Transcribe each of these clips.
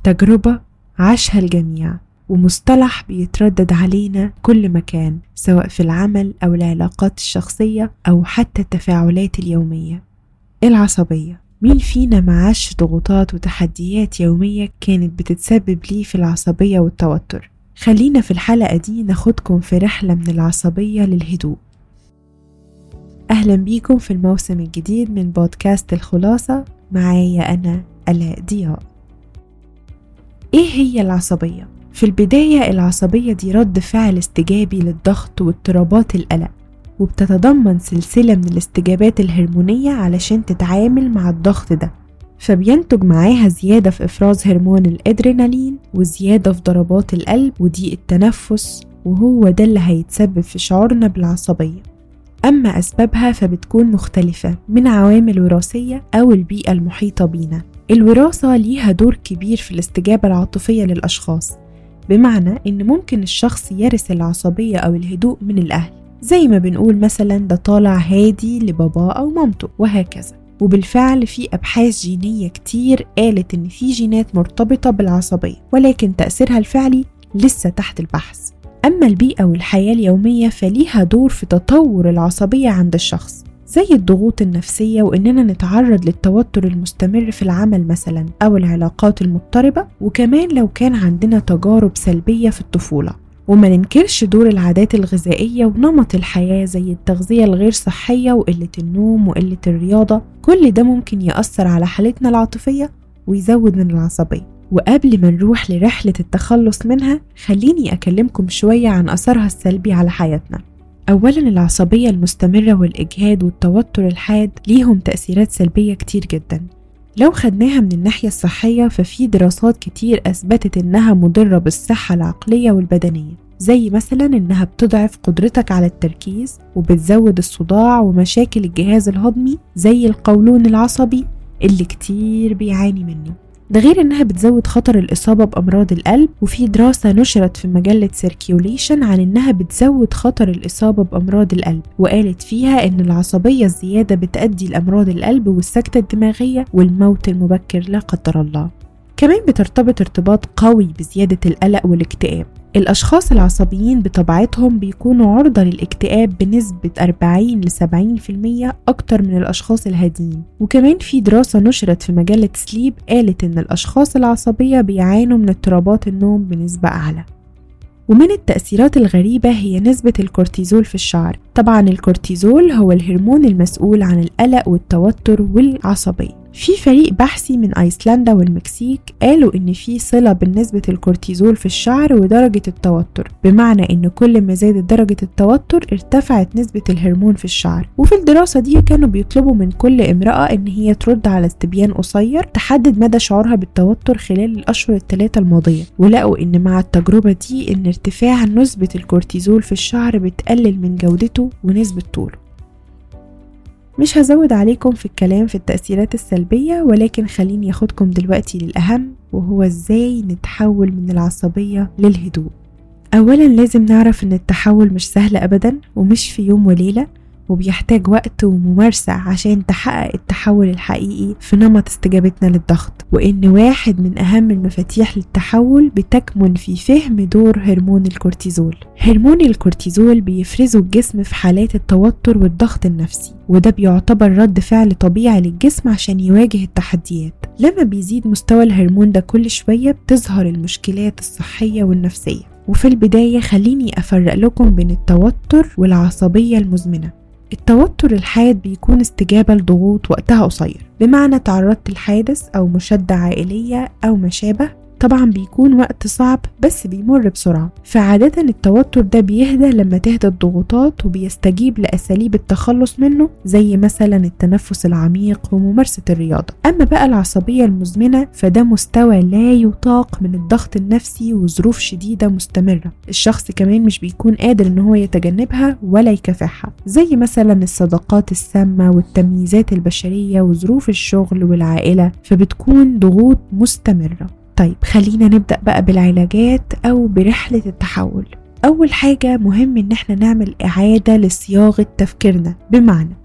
تجربة عاشها الجميع ومصطلح بيتردد علينا كل مكان، سواء في العمل أو العلاقات الشخصية أو حتى التفاعلات اليومية. العصبية. مين فينا معاش ضغوطات وتحديات يومية كانت بتتسبب ليه في العصبية والتوتر؟ خلينا في الحلقة دي ناخدكم في رحلة من العصبية للهدوء. أهلا بيكم في الموسم الجديد من بودكاست الخلاصة، معايا أنا آلاء ضياء. إيه هي العصبية؟ في البداية العصبية دي رد فعل استجابي للضغط واضطرابات القلق، وبتتضمن سلسلة من الاستجابات الهرمونية علشان تتعامل مع الضغط ده، فبينتج معاها زيادة في إفراز هرمون الأدرينالين وزيادة في ضربات القلب وضيق التنفس، وهو ده اللي هيتسبب في شعورنا بالعصبية. أما أسبابها فبتكون مختلفة من عوامل وراثية أو البيئة المحيطة بينا. الوراثة ليها دور كبير في الاستجابة العاطفية للأشخاص، بمعنى إن ممكن الشخص يرث العصبية أو الهدوء من الأهل، زي ما بنقول مثلا ده طالع هادي لبابا أو مامته وهكذا. وبالفعل في أبحاث جينية كتير قالت إن في جينات مرتبطة بالعصبية، ولكن تأثيرها الفعلي لسه تحت البحث. أما البيئة والحياة اليومية فليها دور في تطور العصبية عند الشخص، زي الضغوط النفسية وإننا نتعرض للتوتر المستمر في العمل مثلا أو العلاقات المضطربة، وكمان لو كان عندنا تجارب سلبية في الطفولة. وما ننكرش دور العادات الغذائية ونمط الحياة زي التغذية الغير صحية وقلة النوم وقلة الرياضة، كل ده ممكن يأثر على حالتنا العاطفية ويزود من العصبية. وقبل ما نروح لرحلة التخلص منها، خليني أكلمكم شوية عن أثرها السلبي على حياتنا. أولا، العصبية المستمرة والإجهاد والتوتر الحاد ليهم تأثيرات سلبية كتير جدا. لو خدناها من الناحية الصحية ففي دراسات كتير أثبتت إنها مضرة بالصحة العقلية والبدنية، زي مثلا إنها بتضعف قدرتك على التركيز وبتزود الصداع ومشاكل الجهاز الهضمي زي القولون العصبي اللي كتير بيعاني منه. ده غير إنها بتزود خطر الإصابة بأمراض القلب، وفي دراسة نشرت في مجلة سيركيوليشن عن إنها بتزود خطر الإصابة بأمراض القلب، وقالت فيها إن العصبية الزيادة بتؤدي لأمراض القلب والسكتة الدماغية والموت المبكر لا قدر الله. كمان بترتبط ارتباط قوي بزيادة القلق والاكتئاب. الأشخاص العصبيين بطبيعتهم بيكونوا عرضة للاكتئاب بنسبة 40 ل 70% أكتر من الأشخاص الهاديين. وكمان في دراسة نشرت في مجلة سليب قالت إن الأشخاص العصبية بيعانوا من اضطرابات النوم بنسبة أعلى. ومن التأثيرات الغريبة هي نسبة الكورتيزول في الشعر. طبعا الكورتيزول هو الهرمون المسؤول عن القلق والتوتر والعصبية. في فريق بحثي من أيسلندا والمكسيك قالوا إن في صلة بين نسبة الكورتيزول في الشعر ودرجة التوتر، بمعنى إن كل ما زادت درجة التوتر ارتفعت نسبة الهرمون في الشعر. وفي الدراسة دي كانوا بيطلبوا من كل امرأة إن هي ترد على استبيان قصير تحدد مدى شعورها بالتوتر خلال الأشهر الثلاثة الماضية، ولقوا إن مع التجربة دي إن ارتفاع نسبة الكورتيزول في الشعر بتقلل من جودته ونسبة طوله. مش هزود عليكم في الكلام في التأثيرات السلبية، ولكن خليني أخدكم دلوقتي للأهم، وهو إزاي نتحول من العصبية للهدوء. أولا لازم نعرف إن التحول مش سهل أبدا ومش في يوم وليلة، وبيحتاج وقت وممارسة عشان تحقق التحول الحقيقي في نمط استجابتنا للضغط. وإن واحد من أهم المفاتيح للتحول بتكمن في فهم دور هرمون الكورتيزول. هرمون الكورتيزول بيفرزه الجسم في حالات التوتر والضغط النفسي، وده بيعتبر رد فعل طبيعي للجسم عشان يواجه التحديات. لما بيزيد مستوى الهرمون ده كل شوية بتظهر المشكلات الصحية والنفسية. وفي البداية خليني أفرق لكم بين التوتر والعصبية المزمنة. التوتر الحاد بيكون استجابة لضغوط وقتها قصير، بمعنى تعرضت لحادث أو مشادة عائلية أو ما شابه. طبعا بيكون وقت صعب بس بيمر بسرعة، فعادة التوتر ده بيهدى لما تهدى الضغوطات وبيستجيب لأساليب التخلص منه زي مثلا التنفس العميق وممارسة الرياضة. أما بقى العصبية المزمنة فده مستوى لا يطاق من الضغط النفسي وظروف شديدة مستمرة، الشخص كمان مش بيكون قادر إن هو يتجنبها ولا يكافحها، زي مثلا الصداقات السامة والتمييزات البشرية وظروف الشغل والعائلة، فبتكون ضغوط مستمرة. طيب خلينا نبدأ بقى بالعلاجات أو برحلة التحول. أول حاجة مهم إن احنا نعمل إعادة لصياغة تفكيرنا، بمعنى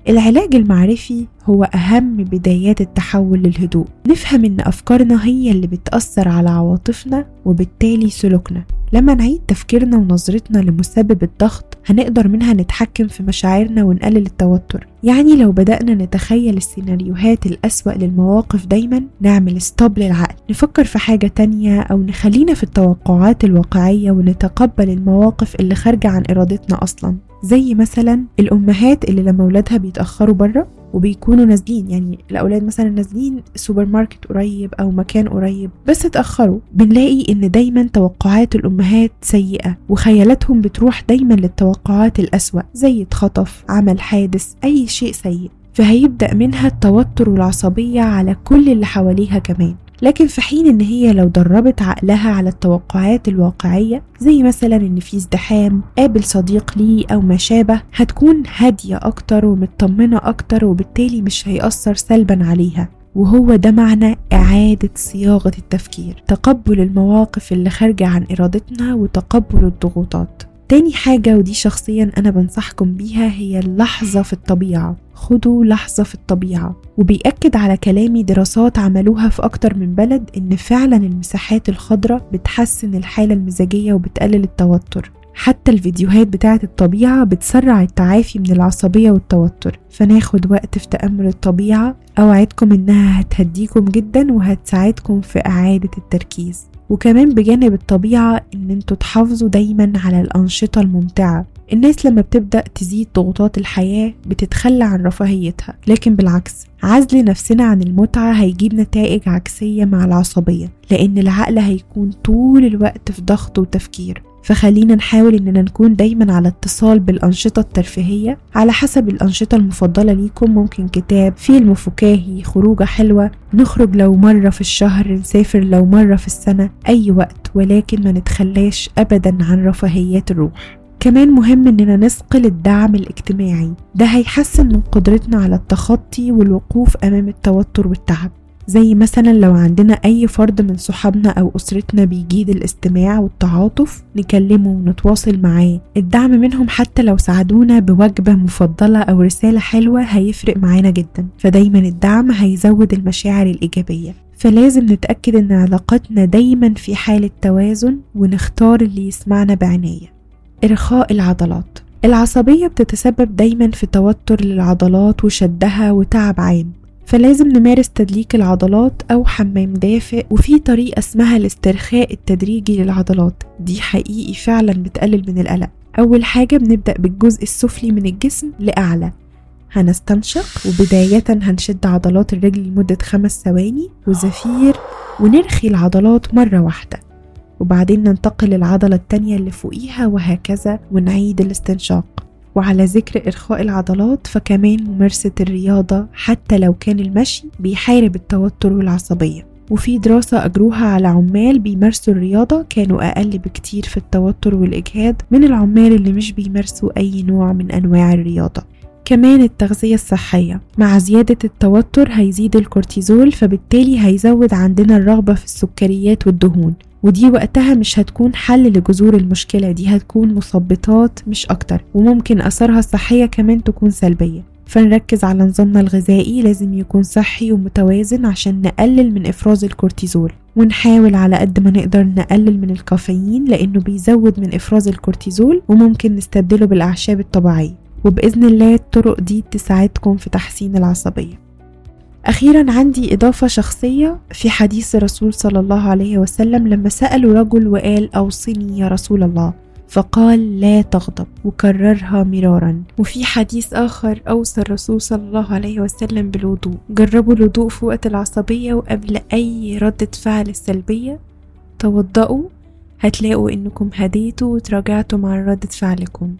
العلاج المعرفي هو أهم بدايات التحول للهدوء. نفهم إن أفكارنا هي اللي بتأثر على عواطفنا وبالتالي سلوكنا. لما نعيد تفكيرنا ونظرتنا لمسبب الضغط هنقدر منها نتحكم في مشاعرنا ونقلل التوتر. يعني لو بدأنا نتخيل السيناريوهات الأسوأ للمواقف دايما نعمل ستوب للعقل، نفكر في حاجة تانية أو نخلينا في التوقعات الواقعية ونتقبل المواقف اللي خارجة عن إرادتنا أصلا. زي مثلا الأمهات اللي لما أولادها بيتأخروا بره وبيكونوا نازلين، يعني الأولاد مثلا نازلين سوبر ماركت قريب أو مكان قريب بس اتأخروا، بنلاقي إن دايما توقعات الأمهات سيئة وخيالاتهم بتروح دايما للتوقعات الأسوأ، زي اتخطف، عمل حادث، أي شيء سيء، فهيبدأ منها التوتر والعصبية على كل اللي حواليها كمان. لكن في حين ان هي لو دربت عقلها على التوقعات الواقعية، زي مثلا ان في ازدحام، قابل صديق ليه او ما شابه، هتكون هادية اكتر ومطمنة اكتر، وبالتالي مش هيأثر سلبا عليها. وهو ده معنى إعادة صياغة التفكير، تقبل المواقف اللي خارجة عن إرادتنا وتقبل الضغوطات. تاني حاجة ودي شخصيا أنا بنصحكم بيها هي اللحظة في الطبيعة. خدوا لحظة في الطبيعة. وبيأكد على كلامي دراسات عملوها في أكتر من بلد إن فعلا المساحات الخضراء بتحسن الحالة المزاجية وبتقلل التوتر. حتى الفيديوهات بتاعة الطبيعة بتسرع التعافي من العصبية والتوتر. فناخد وقت في تأمل الطبيعة، أوعدكم إنها هتهديكم جدا وهتساعدكم في إعادة التركيز. وكمان بجانب الطبيعة إن انتوا تحافظوا دايما على الأنشطة الممتعة. الناس لما بتبدأ تزيد ضغوطات الحياة بتتخلى عن رفاهيتها، لكن بالعكس عزل نفسنا عن المتعة هيجيب نتائج عكسية مع العصبية، لأن العقل هيكون طول الوقت في ضغط وتفكير. فخلينا نحاول إننا نكون دايما على اتصال بالأنشطة الترفيهية على حسب الأنشطة المفضلة ليكم. ممكن كتاب، فيلم فكاهي، خروجة حلوة، نخرج لو مرة في الشهر، نسافر لو مرة في السنة، أي وقت، ولكن ما نتخلاش أبدا عن رفاهيات الروح. كمان مهم إننا نثقل الدعم الاجتماعي، ده هيحسن من قدرتنا على التخطي والوقوف أمام التوتر والتعب. زي مثلا لو عندنا أي فرد من صحابنا أو أسرتنا بيجيد الاستماع والتعاطف، نكلمه ونتواصل معاه. الدعم منهم حتى لو ساعدونا بوجبة مفضلة أو رسالة حلوة هيفرق معانا جدا. فدايما الدعم هيزود المشاعر الإيجابية. فلازم نتأكد إن علاقتنا دايما في حالة توازن ونختار اللي يسمعنا بعناية. إرخاء العضلات. العصبية بتتسبب دايما في توتر للعضلات وشدها وتعب عام، فلازم نمارس تدليك العضلات أو حمام دافئ. وفي طريقة اسمها الاسترخاء التدريجي للعضلات، دي حقيقي فعلا بتقلل من القلق. أول حاجة بنبدأ بالجزء السفلي من الجسم لأعلى، هنستنشق وبداية هنشد عضلات الرجل لمدة 5 ثواني وزفير، ونرخي العضلات مرة واحدة، وبعدين ننتقل للعضلة التانية اللي فوقيها وهكذا، ونعيد الاستنشاق. وعلى ذكر إرخاء العضلات، فكمان ممارسة الرياضة حتى لو كان المشي بيحارب التوتر والعصبية. وفي دراسة أجروها على عمال بيمارسوا الرياضة كانوا أقل بكتير في التوتر والإجهاد من العمال اللي مش بيمارسوا أي نوع من أنواع الرياضة. كمان التغذية الصحية، مع زيادة التوتر هيزيد الكورتيزول، فبالتالي هيزود عندنا الرغبة في السكريات والدهون، ودي وقتها مش هتكون حل لجذور المشكلة، دي هتكون مثبطات مش أكتر، وممكن أثرها الصحية كمان تكون سلبية. فنركز على نظامنا الغذائي، لازم يكون صحي ومتوازن عشان نقلل من إفراز الكورتيزول، ونحاول على قد ما نقدر نقلل من الكافيين لأنه بيزود من إفراز الكورتيزول، وممكن نستبدله بالأعشاب الطبيعية. وبإذن الله الطرق دي تساعدكم في تحسين العصبية. أخيرا عندي إضافة شخصية في حديث الرسول صلى الله عليه وسلم لما سألوا رجل وقال أوصني يا رسول الله، فقال لا تغضب، وكررها مرارا. وفي حديث آخر أوصى الرسول صلى الله عليه وسلم بالوضوء. جربوا الوضوء في وقت العصبية وقبل أي ردة فعل سلبية، توضأوا، هتلاقوا إنكم هديتوا وتراجعتوا مع ردة فعلكم.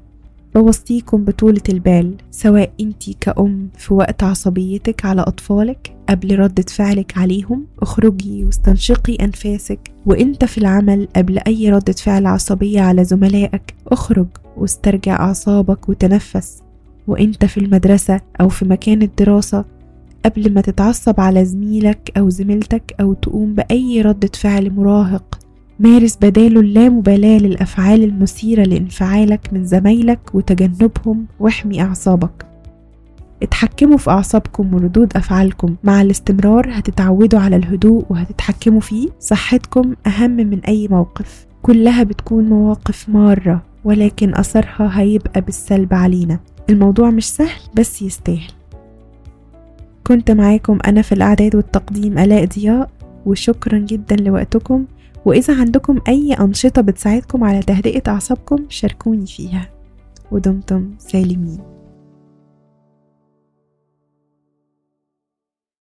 بوصيكم بطولة البال، سواء انتي كأم في وقت عصبيتك على أطفالك قبل ردة فعلك عليهم، اخرجي واستنشقي أنفاسك، وانت في العمل قبل أي ردة فعل عصبية على زملائك، اخرج واسترجع أعصابك وتنفس، وانت في المدرسة أو في مكان الدراسة قبل ما تتعصب على زميلك أو زميلتك أو تقوم بأي ردة فعل مراهق، مارس بداله اللامبالاة للأفعال المثيرة لانفعالك من زمايلك وتجنبهم، واحمي أعصابك. اتحكموا في أعصابكم وردود أفعالكم. مع الاستمرار هتتعودوا على الهدوء وهتتحكموا فيه. صحتكم أهم من أي موقف، كلها بتكون مواقف مارة ولكن أثرها هيبقى بالسلب علينا. الموضوع مش سهل بس يستاهل. كنت معاكم أنا في الإعداد والتقديم آلاء ضياء، وشكرا جدا لوقتكم. وإذا عندكم أي أنشطة بتساعدكم على تهدئة أعصابكم شاركوني فيها، ودمتم سالمين.